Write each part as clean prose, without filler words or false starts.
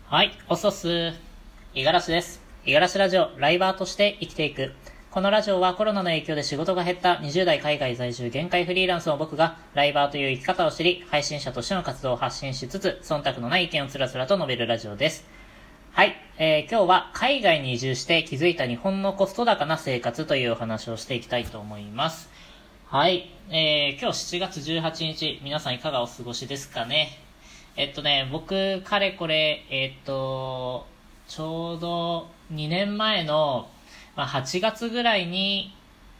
はい、おそす。五十嵐です。五十嵐ラジオ、ライバーとして生きていく。このラジオはコロナの影響で仕事が減った20代海外在住限界フリーランスの僕がライバーという生き方を知り、配信者としての活動を発信しつつ、忖度のない意見をつらつらと述べるラジオです。はい、今日は海外に移住して気づいた日本のコスト高な生活というお話をしていきたいと思います。はい、今日7月18日、皆さんいかがお過ごしですかね。僕、かれこれ、ちょうど2年前の、8月ぐらいに、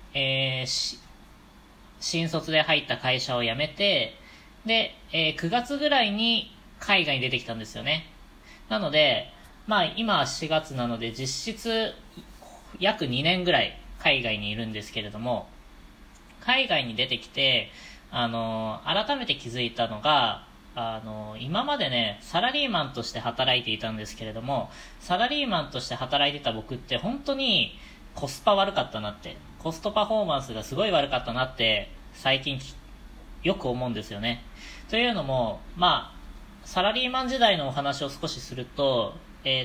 新卒で入った会社を辞めて、で、9月ぐらいに海外に出てきたんですよね。なので、今は4月なので実質約2年ぐらい海外にいるんですけれども、海外に出てきて、改めて気づいたのが、今までね、サラリーマンとして働いていたんですけれども、サラリーマンとして働いてた僕って本当にコスパ悪かったなって、コストパフォーマンスがすごい悪かったなって最近よく思うんですよね。というのも、サラリーマン時代のお話を少しすると、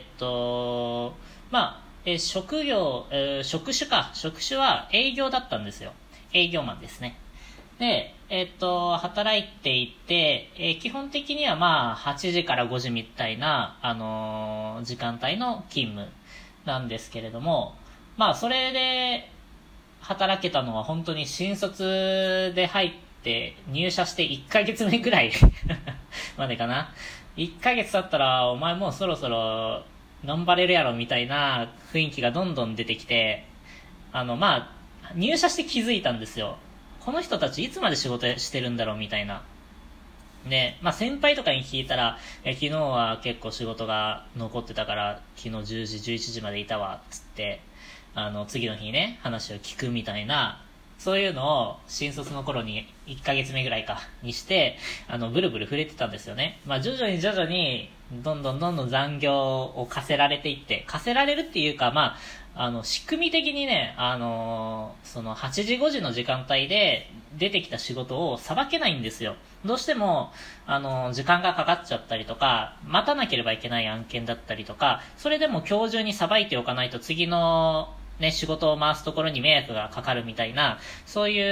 職種は営業だったんですよ。営業マンですね。で、働いていて、基本的には8時から5時みたいな、時間帯の勤務なんですけれども、それで働けたのは本当に新卒で入って入社して1ヶ月目ぐらいまでかな。1ヶ月経ったら、お前もうそろそろ頑張れるやろみたいな雰囲気がどんどん出てきて、入社して気づいたんですよ。この人たちいつまで仕事してるんだろうみたいな。で、先輩とかに聞いたら、昨日は結構仕事が残ってたから、昨日10時、11時までいたわ、つって、次の日ね、話を聞くみたいな、そういうのを新卒の頃に1ヶ月目ぐらいにして、ブルブル触れてたんですよね。徐々に、どんどん残業を課せられていって、課せられるっていうか、仕組み的にね、その8時5時の時間帯で出てきた仕事をさばけないんですよ。どうしても、時間がかかっちゃったりとか、待たなければいけない案件だったりとか、それでも今日中にさばいておかないと次のね、仕事を回すところに迷惑がかかるみたいな、そういう、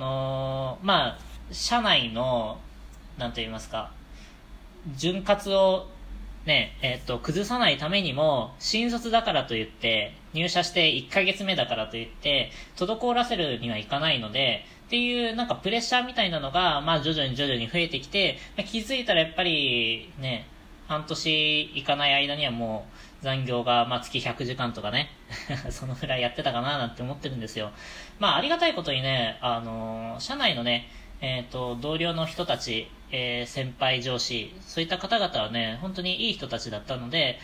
社内の、なんと言いますか、潤滑をね、崩さないためにも、新卒だからといって、入社して1ヶ月目だからといって、滞らせるにはいかないので、っていうなんかプレッシャーみたいなのが、徐々に増えてきて、気づいたらやっぱりね、半年いかない間にはもう残業が月100時間とかねそのぐらいやってたかななんて思ってるんですよ。ありがたいことにね、社内のね、同僚の人たち、先輩上司、そういった方々はね、本当にいい人たちだったので、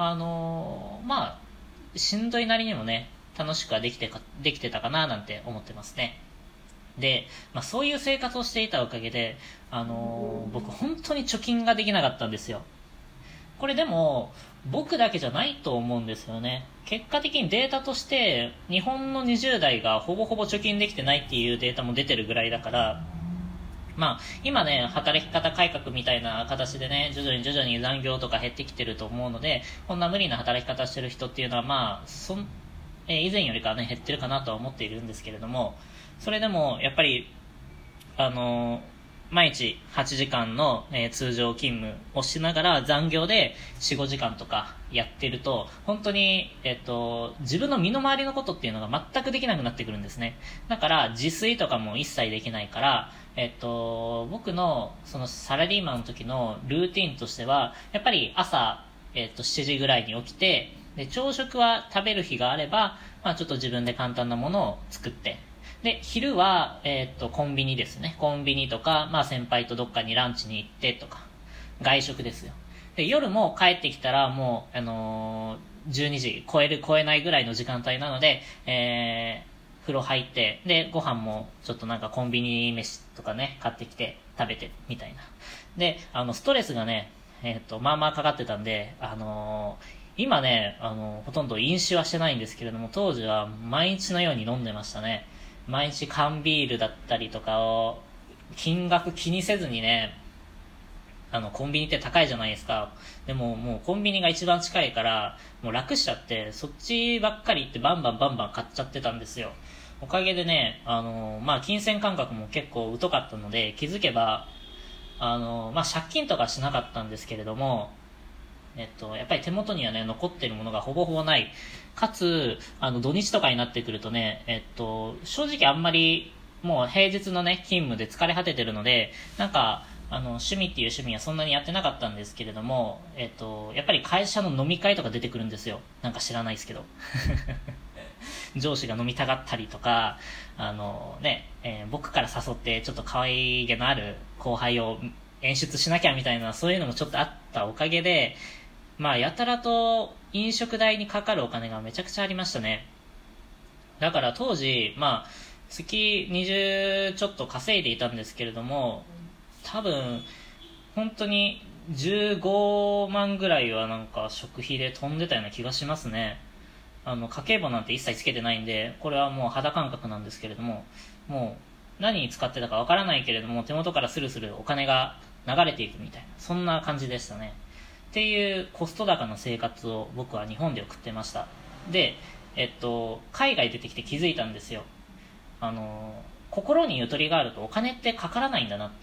しんどいなりにもね、楽しくはできてたかななんて思ってますね。で、そういう生活をしていたおかげで、僕本当に貯金ができなかったんですよ。これでも、僕だけじゃないと思うんですよね。結果的にデータとして、日本の20代がほぼほぼ貯金できてないっていうデータも出てるぐらいだから、今ね、働き方改革みたいな形でね、徐々に残業とか減ってきてると思うので、こんな無理な働き方してる人っていうのは、以前よりかはね、減ってるかなとは思っているんですけれども、それでも、やっぱり、毎日8時間の、通常勤務をしながら残業で4、5時間とかやってると、本当に、自分の身の回りのことっていうのが全くできなくなってくるんですね。だから自炊とかも一切できないから、僕のそのサラリーマンの時のルーティンとしては、やっぱり朝、7時ぐらいに起きて、で、朝食は食べる日があれば、ちょっと自分で簡単なものを作って、で、昼は、コンビニですね。コンビニとか、先輩とどっかにランチに行ってとか、外食ですよ。で、夜も帰ってきたらもう、12時超えないぐらいの時間帯なので、風呂入って、で、ご飯もちょっとなんかコンビニ飯とかね、買ってきて食べて、みたいな。で、ストレスがね、かかってたんで、今ね、ほとんど飲酒はしてないんですけれども、当時は毎日のように飲んでましたね。毎日缶ビールだったりとかを、金額気にせずにね、 コンビニって高いじゃないですか。でももうコンビニが一番近いから、もう楽しちゃって、そっちばっかり行ってバンバン買っちゃってたんですよ。おかげでね、金銭感覚も結構疎かったので、気づけば、借金とかしなかったんですけれども、やっぱり手元にはね、残ってるものがほぼほぼない。かつ、土日とかになってくるとね、正直あんまり、もう平日のね、勤務で疲れ果ててるので、趣味っていう趣味はそんなにやってなかったんですけれども、やっぱり会社の飲み会とか出てくるんですよ。なんか知らないですけど。上司が飲みたがったりとか、僕から誘ってちょっと可愛げのある後輩を演出しなきゃみたいな、そういうのもちょっとあったおかげで、やたらと飲食代にかかるお金がめちゃくちゃありましたね。だから当時、月20ちょっと稼いでいたんですけれども、多分、本当に15万ぐらいはなんか食費で飛んでたような気がしますね。家計簿なんて一切つけてないんで、これはもう肌感覚なんですけれども、もう何に使ってたかわからないけれども、手元からスルスルお金が流れていくみたいな、そんな感じでしたね。っていうコスト高の生活を僕は日本で送ってました。で、海外出てきて気づいたんですよ。心にゆとりがあるとお金ってかからないんだなって。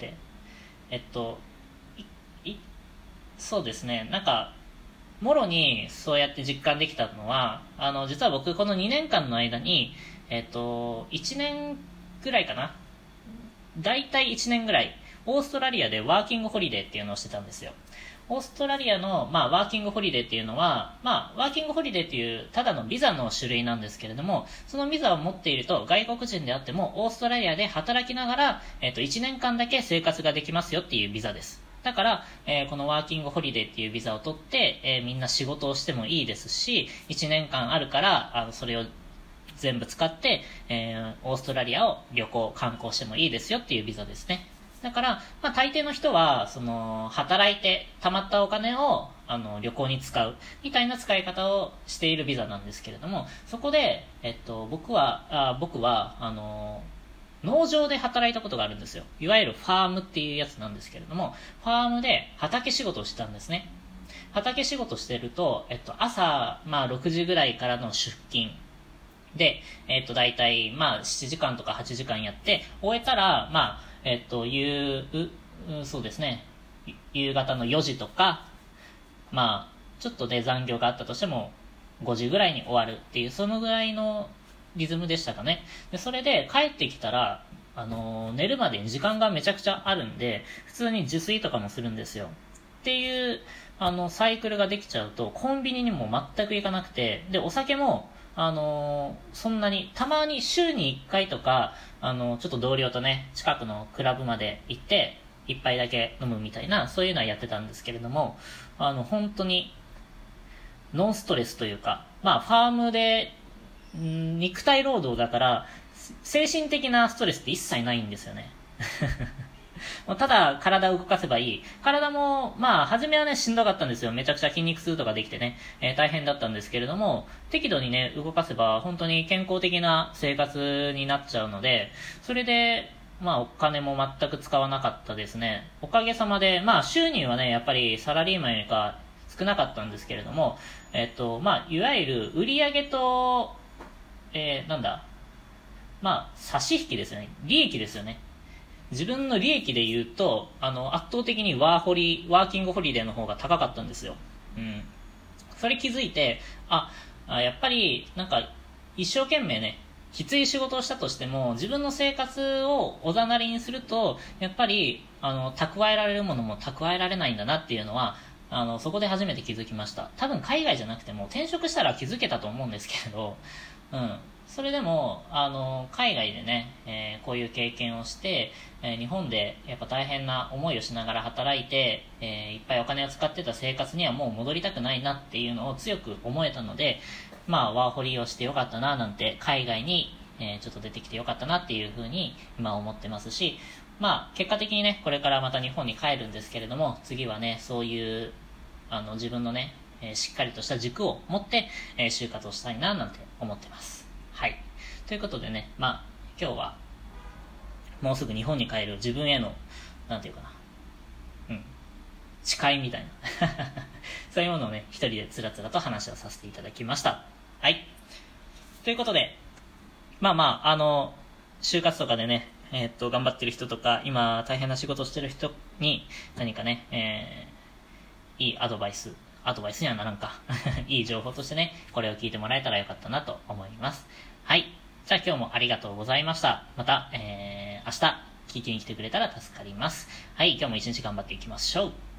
そうですね、もろにそうやって実感できたのは、実は僕この2年間の間に、1年ぐらいかな。だいたい1年ぐらい、オーストラリアでワーキングホリデーっていうのをしてたんですよ。オーストラリアの、ワーキングホリデーっていうのは、ワーキングホリデーっていうただのビザの種類なんですけれども、そのビザを持っていると外国人であってもオーストラリアで働きながら、1年間だけ生活ができますよっていうビザです。だから、このワーキングホリデーっていうビザを取って、みんな仕事をしてもいいですし、1年間あるから、それを全部使って、オーストラリアを旅行、観光してもいいですよっていうビザですね。だから、大抵の人は、働いて貯まったお金を、旅行に使う、みたいな使い方をしているビザなんですけれども、そこで、僕は、農場で働いたことがあるんですよ。いわゆるファームっていうやつなんですけれども、ファームで畑仕事をしてたんですね。畑仕事してると、朝、6時ぐらいからの出勤。で、だいたい、7時間とか8時間やって、終えたら、そうですね、夕方の4時とか、ちょっとね、残業があったとしても、5時ぐらいに終わるっていう、そのぐらいのリズムでしたかね。で、それで帰ってきたら、寝るまでに時間がめちゃくちゃあるんで、普通に自炊とかもするんですよ。っていう、サイクルができちゃうと、コンビニにも全く行かなくて、で、お酒も、そんなに、たまに週に1回とか、ちょっと同僚とね、近くのクラブまで行って、一杯だけ飲むみたいな、そういうのはやってたんですけれども、本当に、ノンストレスというか、ファームで、肉体労働だから、精神的なストレスって一切ないんですよね。ただ体を動かせばいい。体も、初めはね、しんどかったんですよ。めちゃくちゃ筋肉痛とかできてね、大変だったんですけれども、適度にね、動かせば、本当に健康的な生活になっちゃうので、それで、お金も全く使わなかったですね。おかげさまで、収入はね、やっぱりサラリーマンよりか少なかったんですけれども、いわゆる売上と、差し引きですよね。利益ですよね。自分の利益で言うと、圧倒的にワーキングホリデーの方が高かったんですよ。うん。それ気づいて、やっぱり、一生懸命ね、きつい仕事をしたとしても、自分の生活をおざなりにすると、やっぱり、蓄えられるものも蓄えられないんだなっていうのは、そこで初めて気づきました。多分海外じゃなくても、転職したら気づけたと思うんですけれど、うん。それでも、海外でね、こういう経験をして、日本でやっぱ大変な思いをしながら働いて、いっぱいお金を使ってた生活にはもう戻りたくないなっていうのを強く思えたので、ワーホリをしてよかったななんて、海外に、ちょっと出てきてよかったなっていうふうに今思ってますし、結果的にね、これからまた日本に帰るんですけれども、次はね、そういう、自分のね、しっかりとした軸を持って、就活をしたいななんて思ってます。はい。ということでね、今日は、もうすぐ日本に帰る自分への、 誓いみたいなそういうものをね一人でつらつらと話をさせていただきました。はい、ということで就活とかでね頑張ってる人とか今大変な仕事をしてる人に何かね、いいアドバイスにはならんかいい情報としてねこれを聞いてもらえたらよかったなと思います。はい、じゃあ今日もありがとうございました。また、明日聞きに来てくれたら助かります。はい、今日も一日頑張っていきましょう。